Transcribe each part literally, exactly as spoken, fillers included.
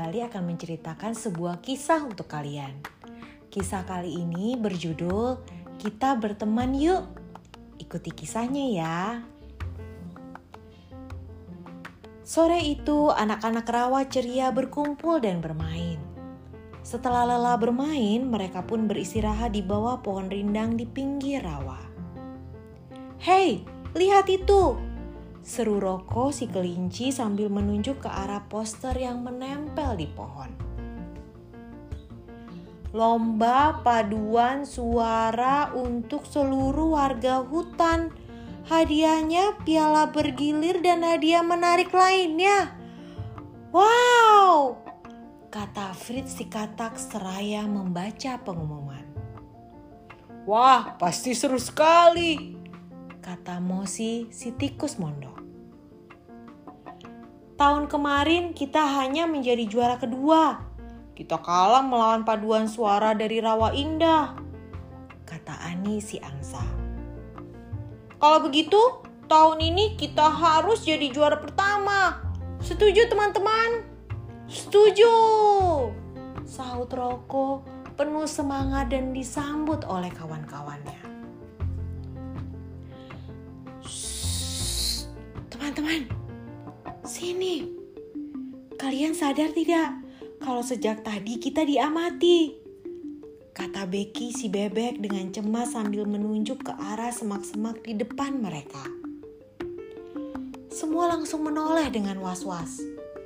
kembali akan menceritakan sebuah kisah untuk kalian. Kisah kali ini berjudul Kita Berteman Yuk. Ikuti kisahnya ya. Sore itu anak-anak rawa ceria berkumpul dan bermain. Setelah lelah bermain, mereka pun beristirahat di bawah pohon rindang di pinggir rawa. "Hei, lihat itu!" seru Roko si kelinci sambil menunjuk ke arah poster yang menempel di pohon. "Lomba paduan suara untuk seluruh warga hutan. Hadiahnya piala bergilir dan hadiah menarik lainnya. Wow!" kata Fritz si katak seraya membaca pengumuman. "Wah, pasti seru sekali," kata Mosi si tikus mondok. "Tahun kemarin kita hanya menjadi juara kedua. Kita kalah melawan paduan suara dari Rawa Indah," kata Ani si angsa. "Kalau begitu, tahun ini kita harus jadi juara pertama. Setuju teman-teman?" "Setuju!" sahut Roko penuh semangat dan disambut oleh kawan-kawannya. "Shh, teman-teman, sini. Kalian sadar tidak kalau sejak tadi kita diamati?" kata Becky si bebek dengan cemas sambil menunjuk ke arah semak-semak di depan mereka. Semua langsung menoleh dengan was-was.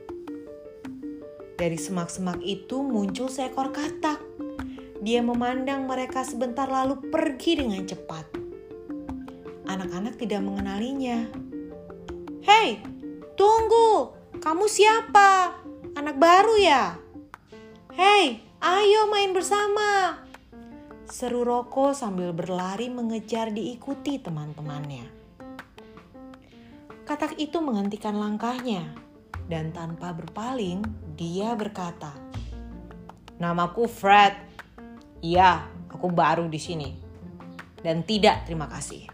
Dari semak-semak itu muncul seekor katak. Dia memandang mereka sebentar lalu pergi dengan cepat. Anak-anak tidak mengenalinya. "Hei, tunggu! Kamu siapa? Anak baru ya? Hei, ayo main bersama!" seru Roko sambil berlari mengejar diikuti teman-temannya. Katak itu menghentikan langkahnya dan tanpa berpaling dia berkata, "Namaku Fred. Iya, aku baru di sini. Dan tidak terima kasih."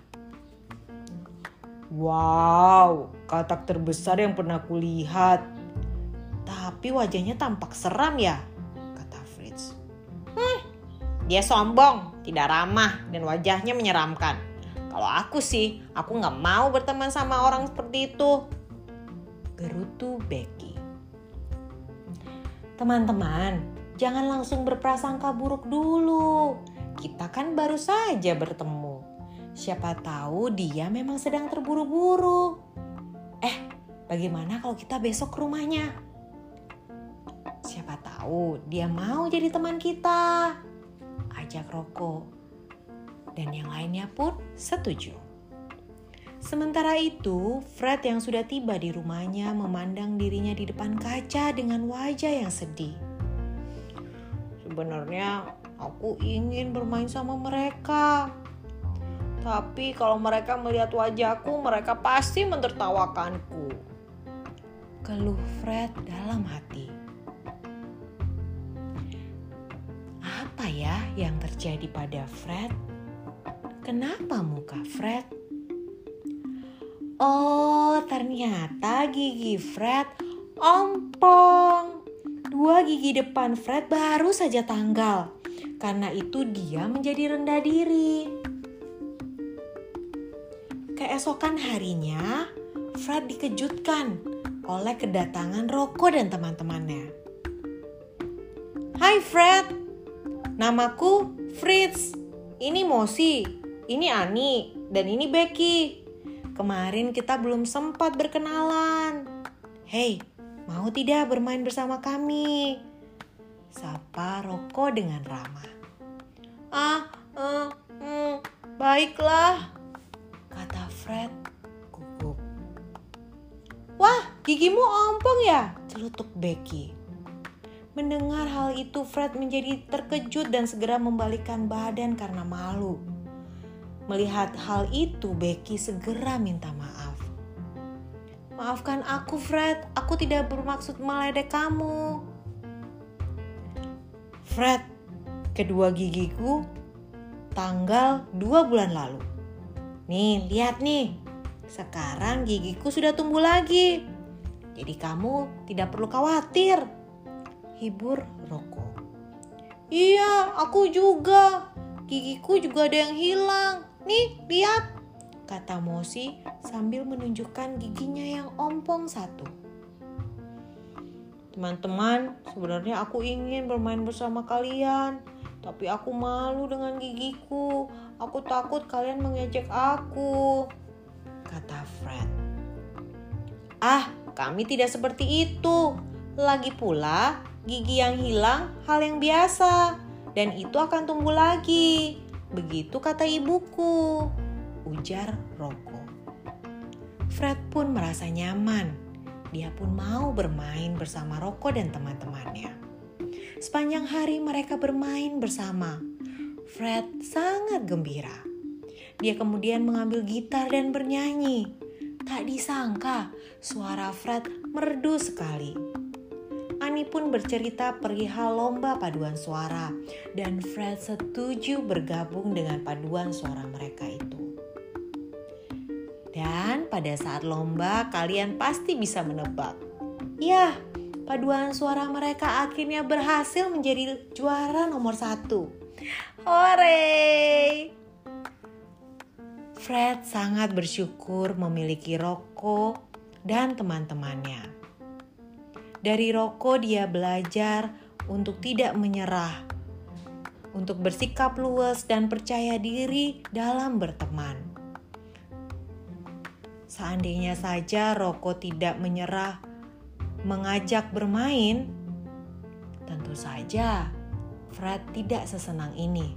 "Wow, katak terbesar yang pernah kulihat. Tapi wajahnya tampak seram ya," kata Fritz. Hmm, dia sombong, tidak ramah, dan wajahnya menyeramkan. Kalau aku sih, aku gak mau berteman sama orang seperti itu," gerutu Becky. "Teman-teman, jangan langsung berprasangka buruk dulu. Kita kan baru saja bertemu. Siapa tahu dia memang sedang terburu-buru. Eh, bagaimana kalau kita besok ke rumahnya? Siapa tahu dia mau jadi teman kita," ajak Roko. Dan yang lainnya pun setuju. Sementara itu, Fred yang sudah tiba di rumahnya memandang dirinya di depan kaca dengan wajah yang sedih. "Sebenarnya aku ingin bermain sama mereka. Tapi kalau mereka melihat wajahku, mereka pasti mentertawakanku," keluh Fred dalam hati. Apa ya yang terjadi pada Fred? Kenapa muka Fred? Oh, ternyata gigi Fred ompong. Dua gigi depan Fred baru saja tanggal. Karena itu dia menjadi rendah diri. Keesokan harinya, Fred dikejutkan oleh kedatangan Roko dan teman-temannya. "Hai Fred, namaku Fritz. Ini Mosi, ini Ani, dan ini Becky. Kemarin kita belum sempat berkenalan. Hei, mau tidak bermain bersama kami?" sapa Roko dengan ramah. "Ah, uh, mm, baiklah," kata Fred gugup. "Wah, gigimu ompong ya?" celutuk Becky. Mendengar hal itu, Fred menjadi terkejut dan segera membalikkan badan karena malu. Melihat hal itu, Becky segera minta maaf. "Maafkan aku, Fred. Aku tidak bermaksud meledek kamu." "Fred, kedua gigiku tanggal dua bulan lalu. Nih, lihat nih. Sekarang gigiku sudah tumbuh lagi. Jadi kamu tidak perlu khawatir," hibur Rocco. Iya, aku juga. Gigiku juga ada yang hilang. Nih, lihat, kata Mosi sambil menunjukkan giginya yang ompong satu. Teman-teman, sebenarnya aku ingin bermain bersama kalian, tapi aku malu dengan gigiku. Aku takut kalian mengejek aku, kata Fred. Ah, kami tidak seperti itu. Lagi pula, gigi yang hilang hal yang biasa, dan itu akan tumbuh lagi. Begitu kata ibuku, ujar Rocco. Fred pun merasa nyaman. Dia pun mau bermain bersama Rocco dan teman-temannya. Sepanjang hari mereka bermain bersama. Fred sangat gembira. Dia kemudian mengambil gitar dan bernyanyi. Tak disangka suara Fred merdu sekali. Annie pun bercerita perihal lomba paduan suara dan Fred setuju bergabung dengan paduan suara mereka itu. Dan pada saat lomba kalian pasti bisa menebak. Ya, paduan suara mereka akhirnya berhasil menjadi juara nomor satu. Hore! Fred sangat bersyukur memiliki Rocco dan teman-temannya. Dari Rocco dia belajar untuk tidak menyerah, untuk bersikap luwes dan percaya diri dalam berteman. Seandainya saja Rocco tidak menyerah mengajak bermain, tentu saja Fred tidak sesenang ini.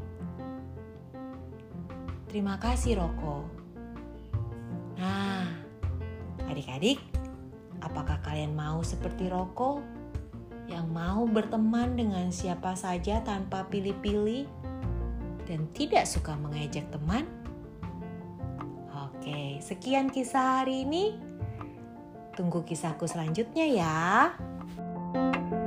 Terima kasih Rocco. Nah, adik-adik, apakah kalian mau seperti Rocco yang mau berteman dengan siapa saja tanpa pilih-pilih dan tidak suka mengejek teman? Oke, sekian kisah hari ini. Tunggu kisahku selanjutnya ya.